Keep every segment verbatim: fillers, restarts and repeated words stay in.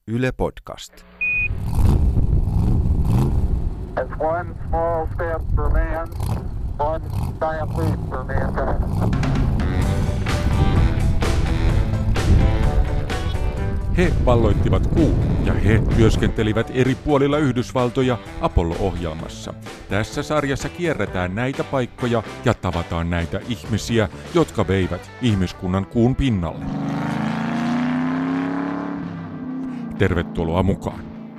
Yle Podcast. It's one small step for man, one giant leap for mankind. He valloittivat kuun ja he työskentelivät eri puolilla Yhdysvaltoja Apollo-ohjelmassa. Tässä sarjassa kierretään näitä paikkoja ja tavataan näitä ihmisiä, jotka veivät ihmiskunnan kuun pinnalle. Tervetuloa mukaan.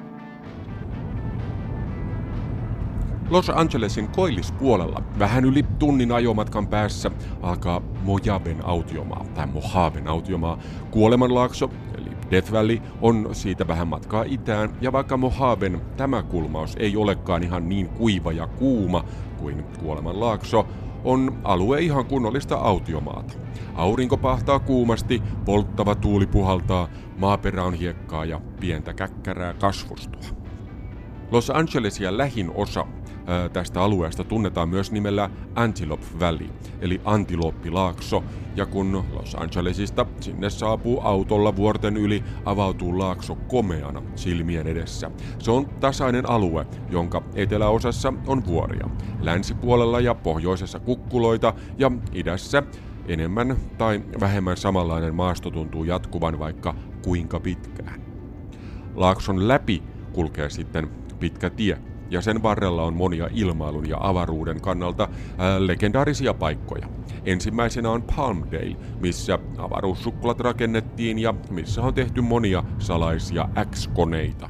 Los Angelesin koillispuolella, vähän yli tunnin ajomatkan päässä, alkaa Mojaven autiomaa, tai Mojaven autiomaa. Kuolemanlaakso, eli Death Valley, on siitä vähän matkaa itään, ja vaikka Mojaven tämä kulmaus ei olekaan ihan niin kuiva ja kuuma kuin Kuolemanlaakso, on alue ihan kunnollista autiomaata. Aurinko pahtaa kuumasti, polttava tuuli puhaltaa, maaperä on hiekkaa ja pientä käkkärää kasvustoa. Los Angelesia lähin osa ää, tästä alueesta tunnetaan myös nimellä Antelope Valley, eli Antilooppilaakso, ja kun Los Angelesista sinne saapuu autolla vuorten yli, avautuu laakso komeana silmien edessä. Se on tasainen alue, jonka eteläosassa on vuoria, länsipuolella ja pohjoisessa kukkuloita, ja idässä enemmän tai vähemmän samanlainen maasto tuntuu jatkuvan vaikka kuinka pitkään. Laakson läpi kulkee sitten pitkä tie, ja sen varrella on monia ilmailun ja avaruuden kannalta ää, legendaarisia paikkoja. Ensimmäisenä on Palmdale, missä avaruussukkulat rakennettiin ja missä on tehty monia salaisia X-koneita.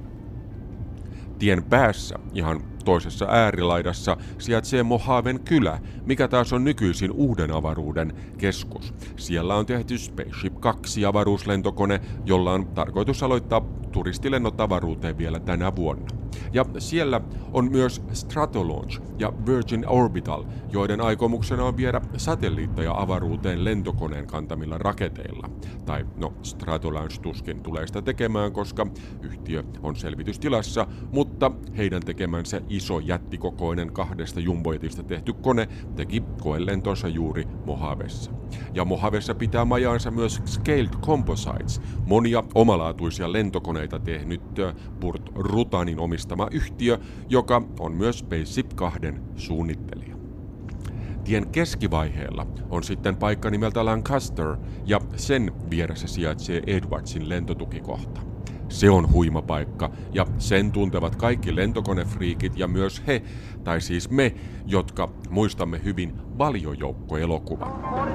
Tien päässä, ihan toisessa äärilaidassa, sijaitsee Mojaven kylä, mikä taas on nykyisin uuden avaruuden keskus. Siellä on tehty Spaceship kaksi avaruuslentokone, jolla on tarkoitus aloittaa turistilennot avaruuteen vielä tänä vuonna. Ja siellä on myös Stratolaunch ja Virgin Orbital, joiden aikomuksena on viedä satelliitteja avaruuteen lentokoneen kantamilla raketeilla. Tai no, Stratolaunch tuskin tulee sitä tekemään, koska yhtiö on selvitystilassa, mutta heidän tekemänsä iso jättikokoinen kahdesta jumbojetista tehty kone teki koelentonsa juuri Mojavessa. Ja Mojavessa pitää majaansa myös Scaled Composites, monia omalaatuisia lentokoneita tehnyt Burt Rutanin omistama yhtiö, joka on myös Spaceship kaksi suunnittelija. Tien keskivaiheella on sitten paikka nimeltä Lancaster, ja sen vieressä sijaitsee Edwardsin lentotukikohta. Se on huima paikka, ja sen tuntevat kaikki lentokonefriikit ja myös he, tai siis me, jotka muistamme hyvin Valiojoukko-elokuvan.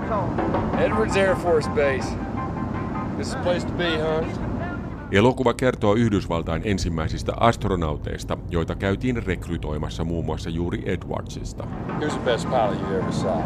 Edwards Air Force Base. This is a place to be, huh? Elokuva kertoo Yhdysvaltain ensimmäisistä astronauteista, joita käytiin rekrytoimassa muun muassa juuri Edwardsista. Who's the best pilot you ever saw?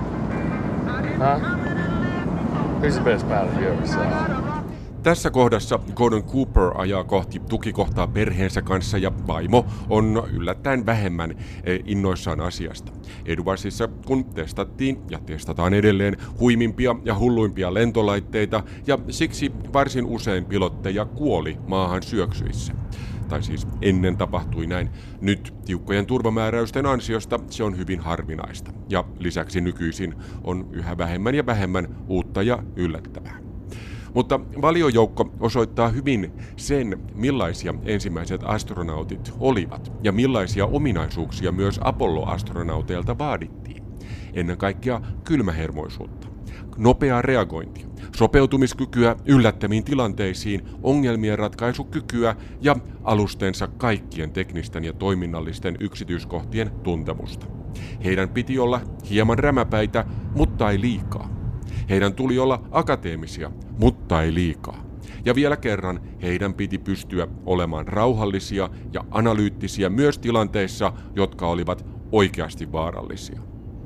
Huh? Who's the best pilot you ever saw? Tässä kohdassa Gordon Cooper ajaa kohti tukikohtaa perheensä kanssa ja vaimo on yllättäen vähemmän innoissaan asiasta. Edwardsissa kun testattiin ja testataan edelleen huimimpia ja hulluimpia lentolaitteita ja siksi varsin usein pilotteja kuoli maahan syöksyissä. Tai siis ennen tapahtui näin. Nyt tiukkojen turvamääräysten ansiosta se on hyvin harvinaista. Ja lisäksi nykyisin on yhä vähemmän ja vähemmän uutta ja yllättävää. Mutta Valiojoukko osoittaa hyvin sen, millaisia ensimmäiset astronautit olivat ja millaisia ominaisuuksia myös Apollo-astronauteilta vaadittiin. Ennen kaikkea kylmähermoisuutta, nopeaa reagointia, sopeutumiskykyä yllättäviin tilanteisiin, ongelmien ratkaisukykyä ja alustensa kaikkien teknisten ja toiminnallisten yksityiskohtien tuntemusta. Heidän piti olla hieman rämäpäitä, mutta ei liikaa. Heidän tuli olla akateemisia, mutta ei liikaa. Ja vielä kerran heidän piti pystyä olemaan rauhallisia ja analyyttisiä myös tilanteissa, jotka olivat oikeasti vaarallisia.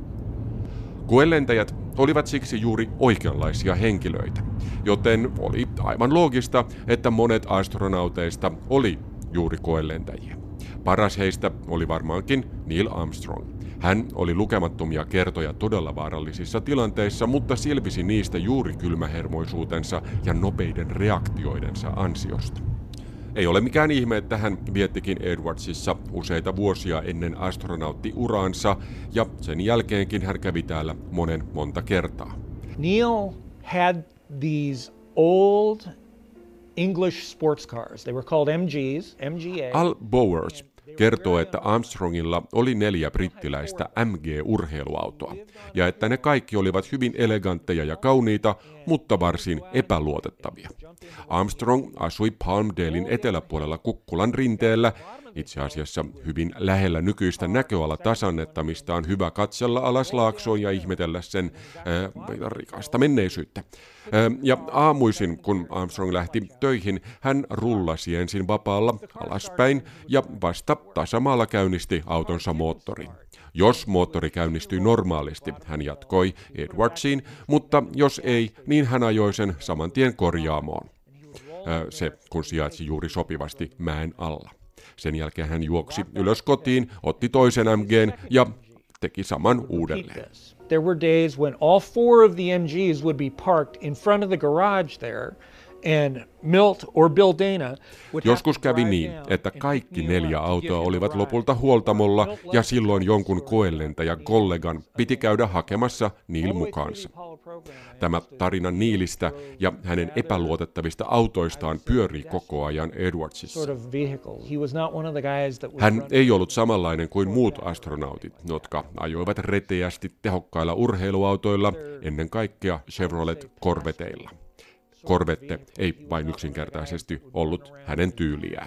Koelentäjät olivat siksi juuri oikeanlaisia henkilöitä, joten oli aivan loogista, että monet astronauteista oli juuri koelentäjiä. Paras heistä oli varmaankin Neil Armstrong. Hän oli lukemattomia kertoja todella vaarallisissa tilanteissa, mutta selvisi niistä juuri kylmähermoisuutensa ja nopeiden reaktioidensa ansiosta. Ei ole mikään ihme, että hän viettikin Edwardsissa useita vuosia ennen astronauttiuraansa, ja sen jälkeenkin hän kävi täällä monen monta kertaa. Neil had these old English sports cars. They were called M Gs, M G A. Al Bowers kertoo, että Armstrongilla oli neljä brittiläistä M G-urheiluautoa, ja että ne kaikki olivat hyvin elegantteja ja kauniita, mutta varsin epäluotettavia. Armstrong asui Palmdalein eteläpuolella Kukkulan rinteellä, itse asiassa hyvin lähellä nykyistä näköalatasannetta, on hyvä katsella alas laaksoon ja ihmetellä sen ää, rikasta menneisyyttä. Ää, ja aamuisin, kun Armstrong lähti töihin, hän rullasi ensin vapaalla alaspäin ja vasta tasamaalla käynnisti autonsa moottorin. Jos moottori käynnistyi normaalisti, hän jatkoi Edwardsiin, mutta jos ei, niin hän ajoi sen saman tien korjaamoon. Ää, se kun sijaitsi juuri sopivasti mäen alla. Sen jälkeen hän juoksi ylös kotiin, otti toisen M G:n ja teki saman uudelleen. There were days when all four of the M Gs would be parked in front of the garage there, and Milt or Bill Dana would Joskus kävi niin, että kaikki neljä autoa olivat lopulta huoltamolla ja silloin jonkun koelentäjä kollegan piti käydä hakemassa Neil mukaansa. Tämä tarina Neilistä ja hänen epäluotettavista autoistaan pyörii koko ajan Edwardsissa. Hän ei ollut samanlainen kuin muut astronautit, jotka ajoivat reteästi tehokkailla urheiluautoilla, ennen kaikkea Chevrolet Corvetteilla. Corvette ei vain yksinkertaisesti ollut hänen tyyliään.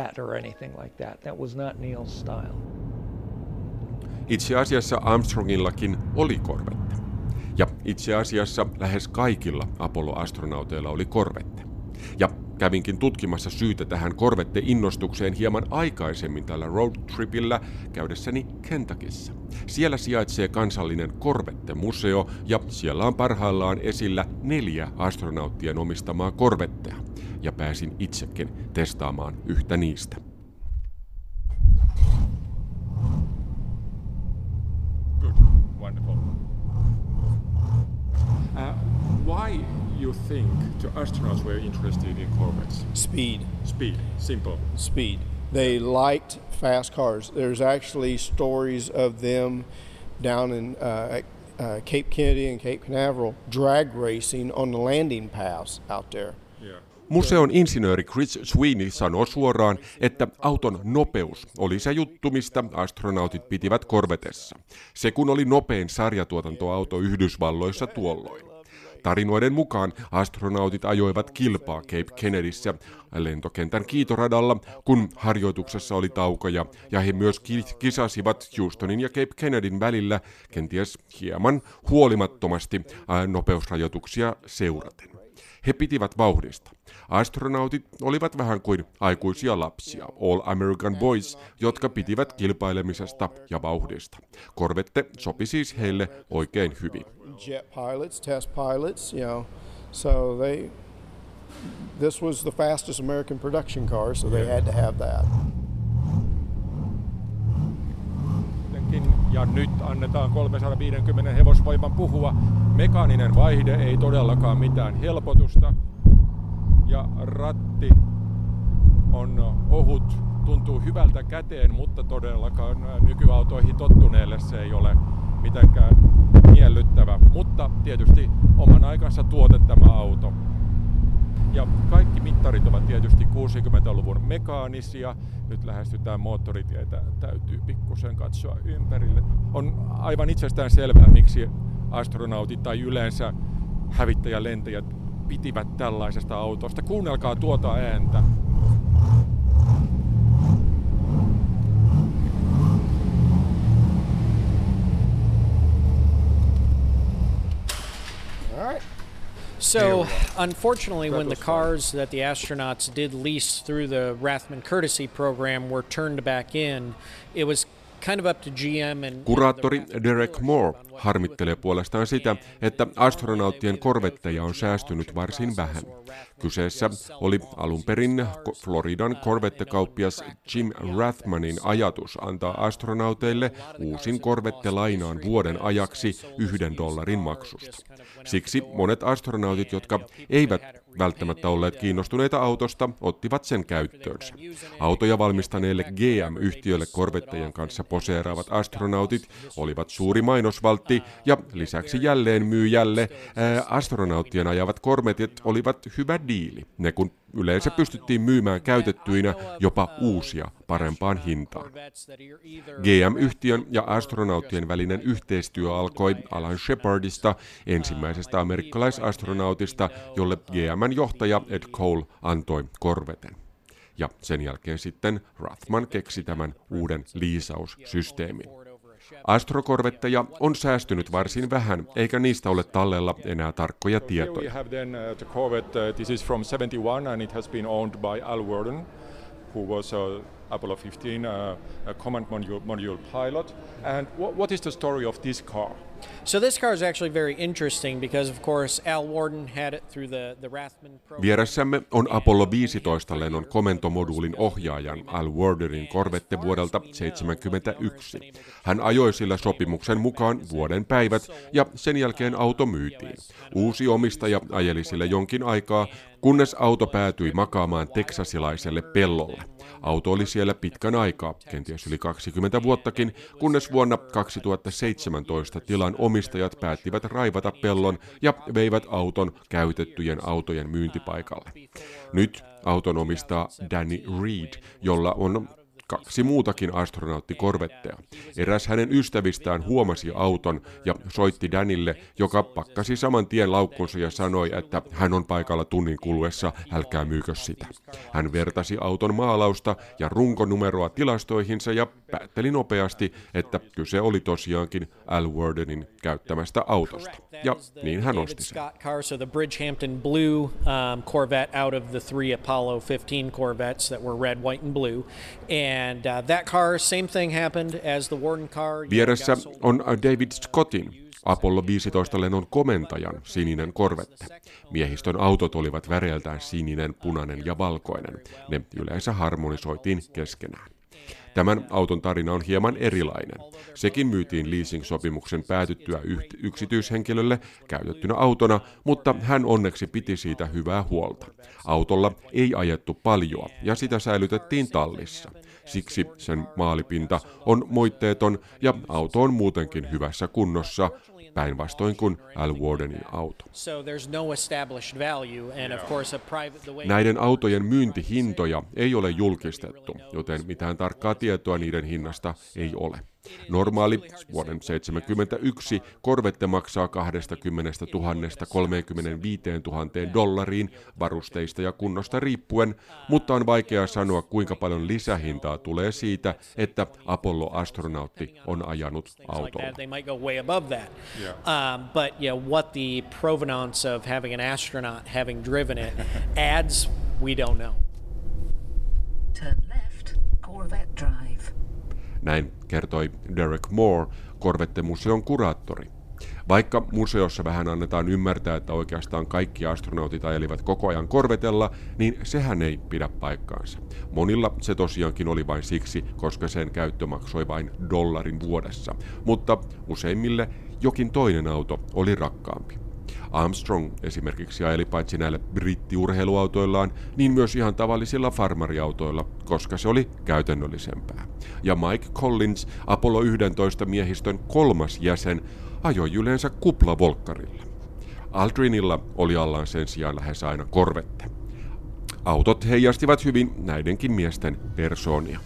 Itse asiassa Armstrongillakin oli Corvette. Ja itse asiassa lähes kaikilla Apollo-astronauteilla oli Corvette. Ja kävinkin tutkimassa syytä tähän Corvette-innostukseen hieman aikaisemmin tällä roadtripillä käydessäni Kentuckyssä. Siellä sijaitsee kansallinen Corvette-museo ja siellä on parhaillaan esillä neljä astronauttien omistamaa Corvettea. Ja pääsin itsekin testaamaan yhtä niistä. Good. Wonderful. Uh, why you think the astronauts were interested in Corvettes? Speed. Speed. Simple. Speed. They liked fast cars. There's actually stories of them down in uh, uh, Cape Kennedy and Cape Canaveral drag racing on the landing paths out there. Yeah. Museon insinööri Chris Sweeney sanoo suoraan, että auton nopeus oli se juttu, mistä astronautit pitivät Corvettessa. Se kun oli nopein sarjatuotantoauto Yhdysvalloissa tuolloin. Tarinoiden mukaan astronautit ajoivat kilpaa Cape Kennedyssä lentokentän kiitoradalla, kun harjoituksessa oli taukoja, ja he myös kisasivat Houstonin ja Cape Kennedyn välillä kenties hieman huolimattomasti nopeusrajoituksia seuraten. He pitivät vauhdista. Astronautit olivat vähän kuin aikuisia lapsia, All American Boys, jotka pitivät kilpailemisesta ja vauhdista. Corvette sopi siis heille oikein hyvin. Jet pilots, test pilots, you know, so they, this was the fastest American production car, so they had to have that. Ja nyt annetaan kolmesataaviisikymmentä hevosvoiman puhua. Mekaaninen vaihde ei todellakaan mitään helpotusta. Ja ratti on ohut, tuntuu hyvältä käteen, mutta todellakaan nykyautoihin tottuneelle se ei ole mitenkään miellyttävä. Mutta tietysti oman aikansa tuote tämä auto. Ja kaikki mittarit ovat tietysti kuusikymmentäluvun mekaanisia. Nyt lähestytään moottoritietä, täytyy pikkusen katsoa ympärille. On aivan itsestään selvää, miksi astronautit tai yleensä hävittäjälentäjät pitivät tällaisesta autosta. Kuunnelkaa tuota ääntä. All right. So, unfortunately, when the cars that the astronauts did lease through the Rathman Courtesy Program were turned back in, it was kind of up to G M and... Kuraattori Derek Moore harmittelee puolestaan sitä, että astronauttien korvetteja on säästynyt varsin vähän. Kyseessä oli alun perin Floridan korvettekauppias Jim Rathmanin ajatus antaa astronauteille uusin korvette lainaan vuoden ajaksi yhden dollarin maksusta. Siksi monet astronautit, jotka eivät välttämättä olleet kiinnostuneita autosta, ottivat sen käyttöönsä. Autoja valmistaneelle G M-yhtiölle korvettejen kanssa poseeraavat astronautit olivat suuri mainosvaltti ja lisäksi jälleen myyjälle ää, astronauttien ajavat korvetit olivat hyvä diili. Ne kun yleensä pystyttiin myymään käytettyinä jopa uusia parempaan hintaan. G M-yhtiön ja astronauttien välinen yhteistyö alkoi Alan Shepardista, ensimmäisestä amerikkalaisastronautista, jolle G M:n johtaja Ed Cole antoi korveten. Ja sen jälkeen sitten Rathman keksi tämän uuden liisaussysteemin. Astrokorvetteja on säästynyt varsin vähän, eikä niistä ole tallella enää tarkkoja tietoja. This is from seventy-one and it has been owned by Al Worden, who was a Apollo fifteen uh, a command module, module pilot. And what, what is the story of this car? So this car is actually very interesting because of course Al Worden had it through the the Rathman program. Vieressämme on Apollo viisitoista lennon komentomoduulin ohjaajan Al Wordenin korvette vuodelta seitsemänkymmentäyksi. Hän ajoi sillä sopimuksen mukaan vuoden päivät ja sen jälkeen auto myytiin. Uusi omistaja ajeli sillä jonkin aikaa, kunnes auto päätyi makaamaan teksasilaiselle pellolle. Auto oli siellä pitkän aikaa, kenties yli kaksikymmentä vuottakin, kunnes vuonna kaksituhattaseitsemäntoista tilan omistajat päättivät raivata pellon ja veivät auton käytettyjen autojen myyntipaikalle. Nyt auton omistaa Danny Reed, jolla on kaksi muutakin astronauttikorvetteja. Eräs hänen ystävistään huomasi auton ja soitti Danille, joka pakkasi saman tien laukkunsa ja sanoi, että hän on paikalla tunnin kuluessa, älkää myykö sitä. Hän vertasi auton maalausta ja runkonumeroa tilastoihinsa ja päätteli nopeasti, että kyse oli tosiaankin Al Wordenin käyttämästä autosta. Ja niin hän osti sen. The Bridgehampton Blue um, Corvette out of the three Apollo fifteen Corvettes that were red, white and blue. And uh, that car, same thing happened as the Worden car. Vieressä on David Scottin, Apollo viisitoista lennon komentajan sininen korvette. Miehistön autot olivat väreiltään sininen, punainen ja valkoinen. Ne yleensä harmonisoitiin keskenään. Tämän auton tarina on hieman erilainen. Sekin myytiin leasing-sopimuksen päätyttyä yksityishenkilölle käytettynä autona, mutta hän onneksi piti siitä hyvää huolta. Autolla ei ajettu paljoa ja sitä säilytettiin tallissa. Siksi sen maalipinta on moitteeton ja auto on muutenkin hyvässä kunnossa, päinvastoin kuin Al Wordenin auto. Näiden autojen myyntihintoja ei ole julkistettu, joten mitään tarkkaa tietoa niiden hinnasta ei ole. Normaali vuoden seitsemänkymmentäyksi korvette maksaa kaksikymmentätuhatta kolmekymmentäviisituhatta dollariin varusteista ja kunnosta riippuen, mutta on vaikea sanoa kuinka paljon lisähintaa tulee siitä, että Apollo-astronautti on ajanut autolla. Um, but yeah, what the provenance of having an astronaut having driven it adds, we don't know. Turn left, Corvette Drive. Näin kertoi Derek Moore, Korvette-museon kuraattori. Vaikka museossa vähän annetaan ymmärtää, että oikeastaan kaikki astronautit ajelivat koko ajan korvetella, niin sehän ei pidä paikkaansa. Monilla se tosiaankin oli vain siksi, koska sen käyttö maksoi vain dollarin vuodessa, mutta useimmille jokin toinen auto oli rakkaampi. Armstrong esimerkiksi ajeli paitsi näillä brittiurheiluautoillaan, niin myös ihan tavallisilla farmariautoilla, koska se oli käytännöllisempää. Ja Mike Collins, Apollo yksitoista miehistön kolmas jäsen, ajoi yleensä kuplavolkkarilla. Aldrinilla oli allaan sen sijaan lähes aina korvette. Autot heijastivat hyvin näidenkin miesten persoonia.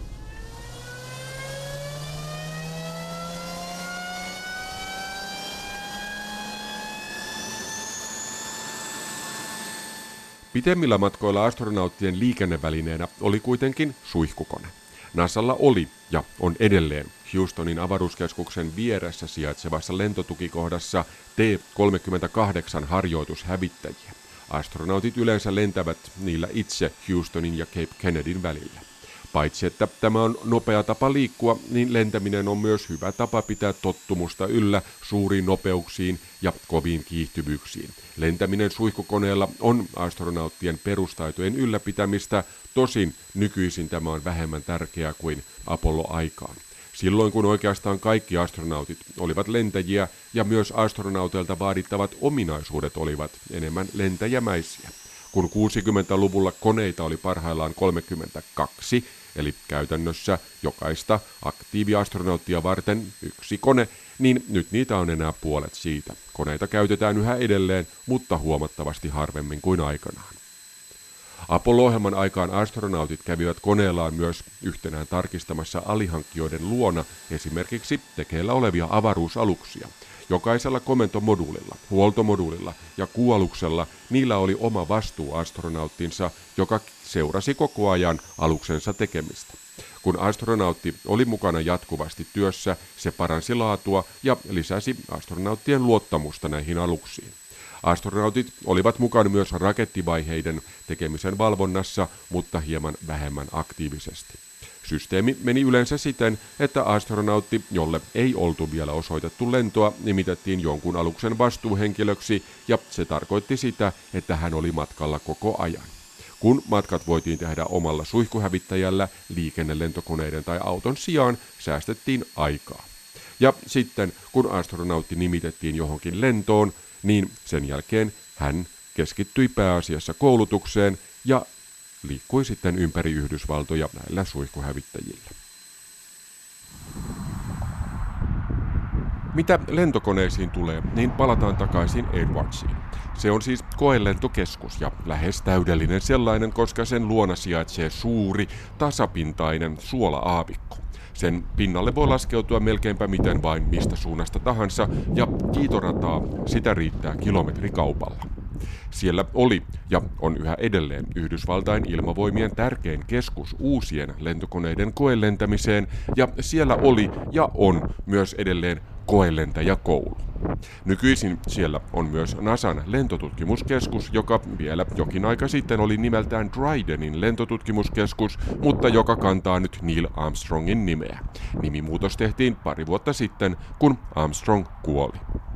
Pitemmillä matkoilla astronauttien liikennevälineenä oli kuitenkin suihkukone. NASAlla oli ja on edelleen Houstonin avaruuskeskuksen vieressä sijaitsevassa lentotukikohdassa T kolmekymmentäkahdeksan harjoitushävittäjiä. Astronautit yleensä lentävät niillä itse Houstonin ja Cape Kennedyn välillä. Paitsi että tämä on nopea tapa liikkua, niin lentäminen on myös hyvä tapa pitää tottumusta yllä suuriin nopeuksiin ja koviin kiihtyvyyksiin. Lentäminen suihkukoneella on astronauttien perustaitojen ylläpitämistä, tosin nykyisin tämä on vähemmän tärkeää kuin Apollo-aikaan. Silloin kun oikeastaan kaikki astronautit olivat lentäjiä ja myös astronauteilta vaadittavat ominaisuudet olivat enemmän lentäjämäisiä. Kun kuusikymmentäluvulla koneita oli parhaillaan kolmekymmentäkaksi, eli käytännössä jokaista aktiiviastronauttia varten yksi kone, niin nyt niitä on enää puolet siitä. Koneita käytetään yhä edelleen, mutta huomattavasti harvemmin kuin aikanaan. Apollo-ohjelman aikaan astronautit kävivät koneellaan myös yhtenään tarkistamassa alihankkijoiden luona esimerkiksi tekeillä olevia avaruusaluksia. Jokaisella komentomoduulilla, huoltomoduulilla ja kuualuksella niillä oli oma vastuuastronauttinsa, joka seurasi koko ajan aluksensa tekemistä. Kun astronautti oli mukana jatkuvasti työssä, se paransi laatua ja lisäsi astronauttien luottamusta näihin aluksiin. Astronautit olivat mukana myös rakettivaiheiden tekemisen valvonnassa, mutta hieman vähemmän aktiivisesti. Systeemi meni yleensä siten, että astronautti, jolle ei oltu vielä osoitettu lentoa, nimitettiin jonkun aluksen vastuuhenkilöksi, ja se tarkoitti sitä, että hän oli matkalla koko ajan. Kun matkat voitiin tehdä omalla suihkuhävittäjällä, liikennelentokoneiden tai auton sijaan, säästettiin aikaa. Ja sitten, kun astronautti nimitettiin johonkin lentoon, niin sen jälkeen hän keskittyi pääasiassa koulutukseen ja liikkui sitten ympäri Yhdysvaltoja näillä suihkuhävittäjillä. Mitä lentokoneisiin tulee, niin palataan takaisin Edwardsiin. Se on siis koelentokeskus ja lähes täydellinen sellainen, koska sen luona sijaitsee suuri, tasapintainen suola-aavikko. Sen pinnalle voi laskeutua melkeinpä miten vain mistä suunnasta tahansa, ja kiitorataa sitä riittää kilometrikaupalla. Siellä oli ja on yhä edelleen Yhdysvaltain ilmavoimien tärkein keskus uusien lentokoneiden koelentämiseen, ja siellä oli ja on myös edelleen koelentäjäkoulu. Nykyisin siellä on myös NASAn lentotutkimuskeskus, joka vielä jokin aika sitten oli nimeltään Drydenin lentotutkimuskeskus, mutta joka kantaa nyt Neil Armstrongin nimeä. Nimimuutos tehtiin pari vuotta sitten, kun Armstrong kuoli.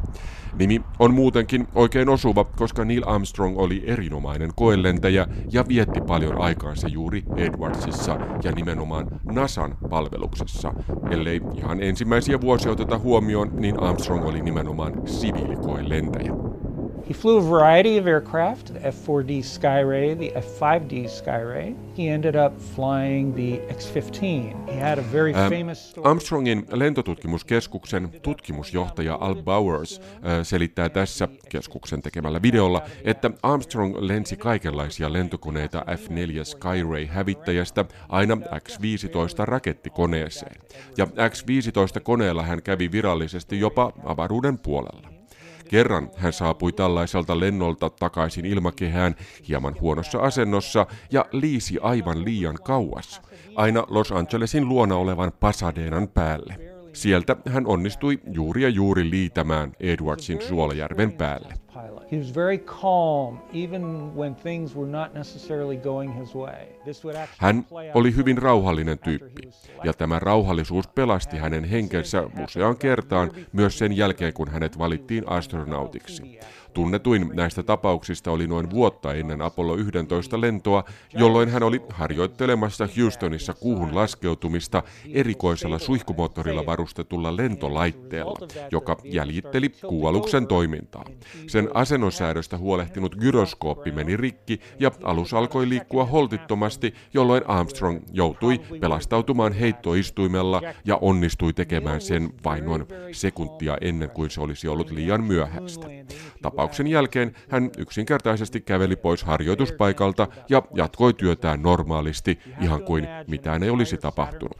Nimi on muutenkin oikein osuva, koska Neil Armstrong oli erinomainen koelentäjä ja vietti paljon aikaansa juuri Edwardsissa ja nimenomaan NASAn palveluksessa. Ellei ihan ensimmäisiä vuosia oteta huomioon, niin Armstrong oli nimenomaan siviilikoelentäjä. He flew a variety of aircraft, the F four D Skyray, the F five D Skyray. He ended up flying the X fifteen. He had a very famous story. Armstrongin lentotutkimuskeskuksen tutkimusjohtaja Al Bowers äh, selittää tässä keskuksen tekemällä videolla, että Armstrong lensi kaikenlaisia lentokoneita F neljä Skyray-hävittäjästä aina X viisitoista rakettikoneeseen. Ja X viisitoista koneella hän kävi virallisesti jopa avaruuden puolella. Kerran hän saapui tällaiselta lennolta takaisin ilmakehään hieman huonossa asennossa ja liisi aivan liian kauas, aina Los Angelesin luona olevan Pasadenan päälle. Sieltä hän onnistui juuri ja juuri liitämään Edwardsin Suolajärven päälle. He was very calm even when things were not necessarily going his way. Hän oli hyvin rauhallinen tyyppi, ja tämä rauhallisuus pelasti hänen henkensä useaan kertaan myös sen jälkeen, kun hänet valittiin astronautiksi. Tunnetuin näistä tapauksista oli noin vuotta ennen Apollo yksitoista lentoa, jolloin hän oli harjoittelemassa Houstonissa kuuhun laskeutumista erikoisella suihkumoottorilla varustetulla lentolaitteella, joka jäljitteli kuualuksen toimintaa. Sen asennonsäädöstä huolehtinut gyroskooppi meni rikki ja alus alkoi liikkua holtittomasti, jolloin Armstrong joutui pelastautumaan heittoistuimella ja onnistui tekemään sen vain noin sekuntia ennen kuin se olisi ollut liian myöhäistä. Tapauksen jälkeen hän yksinkertaisesti käveli pois harjoituspaikalta ja jatkoi työtään normaalisti, ihan kuin mitään ei olisi tapahtunut.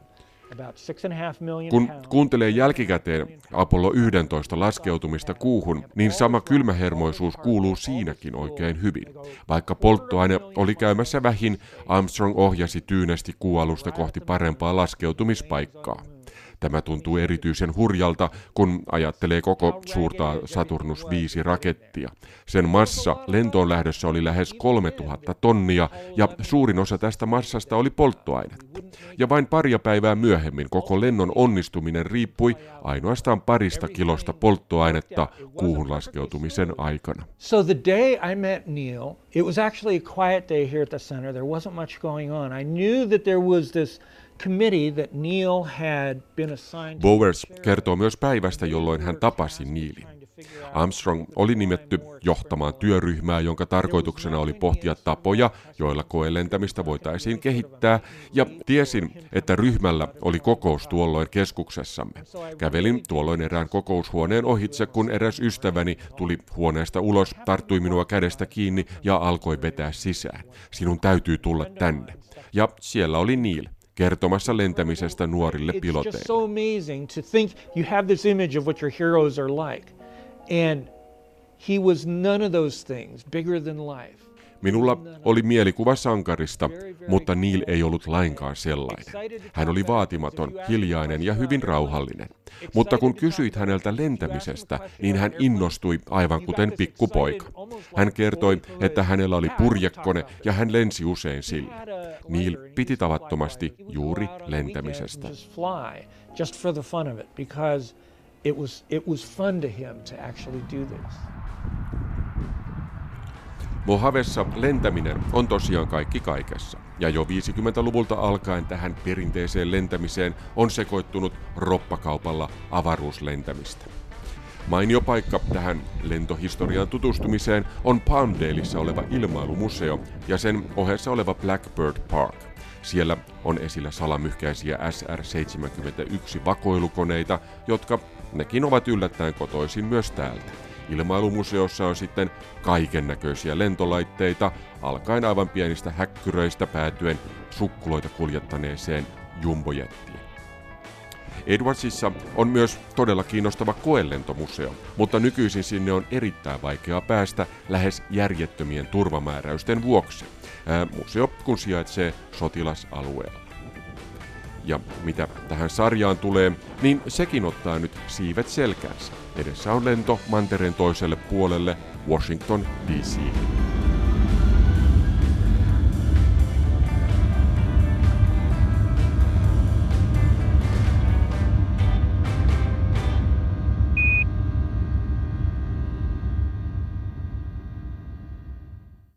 Kun kuuntelee jälkikäteen Apollo yksitoista laskeutumista kuuhun, niin sama kylmähermoisuus kuuluu siinäkin oikein hyvin. Vaikka polttoaine oli käymässä vähin, Armstrong ohjasi tyynesti kuualusta kohti parempaa laskeutumispaikkaa. Tämä tuntuu erityisen hurjalta, kun ajattelee koko suurta Saturnus viisi rakettia. Sen massa lentoon lähdössä oli lähes kolmetuhatta tonnia ja suurin osa tästä massasta oli polttoainetta. Ja vain paria päivää myöhemmin koko lennon onnistuminen riippui ainoastaan parista kilosta polttoainetta kuuhun laskeutumisen aikana. So the day I met Neil, it was actually a quiet day here at the center. There wasn't much going on. I knew that there was this committee that Neil had been assigned. Bowers kertoo myös päivästä, jolloin hän tapasi Neilin. Armstrong oli nimetty johtamaan työryhmää, jonka tarkoituksena oli pohtia tapoja, joilla koelentämistä voitaisiin kehittää, ja tiesin, että ryhmällä oli kokous tuolloin keskuksessamme. Kävelin tuolloin erään kokoushuoneen ohitse, kun eräs ystäväni tuli huoneesta ulos, tarttui minua kädestä kiinni ja alkoi vetää sisään. Sinun täytyy tulla tänne. Ja siellä oli Neil kertomassa lentämisestä nuorille piloteille. It's just so amazing to think you have this image of what your heroes are like. And he was none of those things, bigger than life. Minulla oli mielikuva sankarista, mutta Neil ei ollut lainkaan sellainen. Hän oli vaatimaton, hiljainen ja hyvin rauhallinen. Mutta kun kysyit häneltä lentämisestä, niin hän innostui aivan kuten pikkupoika. Hän kertoi, että hänellä oli purjekone ja hän lensi usein sillä. Neil piti tavattomasti juuri lentämisestä. Just for the fun of it, because it was it was fun to him to actually do this. Mohavessa lentäminen on tosiaan kaikki kaikessa, ja jo viisikymmentäluvulta alkaen tähän perinteiseen lentämiseen on sekoittunut roppakaupalla avaruuslentämistä. Mainio paikka tähän lentohistoriaan tutustumiseen on Palmdaleissa oleva ilmailumuseo ja sen ohessa oleva Blackbird Park. Siellä on esillä salamyhkäisiä S R seitsemänkymmentäyksi vakoilukoneita, jotka nekin ovat yllättäen kotoisin myös täältä. Ilmailumuseossa on sitten kaiken näköisiä lentolaitteita, alkaen aivan pienistä häkkyröistä päätyen sukkuloita kuljettaneeseen jumbojettiin. Edwardsissa on myös todella kiinnostava koelentomuseo, mutta nykyisin sinne on erittäin vaikeaa päästä lähes järjettömien turvamääräysten vuoksi. Ää, museo kun sijaitsee sotilasalueella. Ja mitä tähän sarjaan tulee, niin sekin ottaa nyt siivet selkäänsä. Edessä on lento mantereen toiselle puolelle Washington D C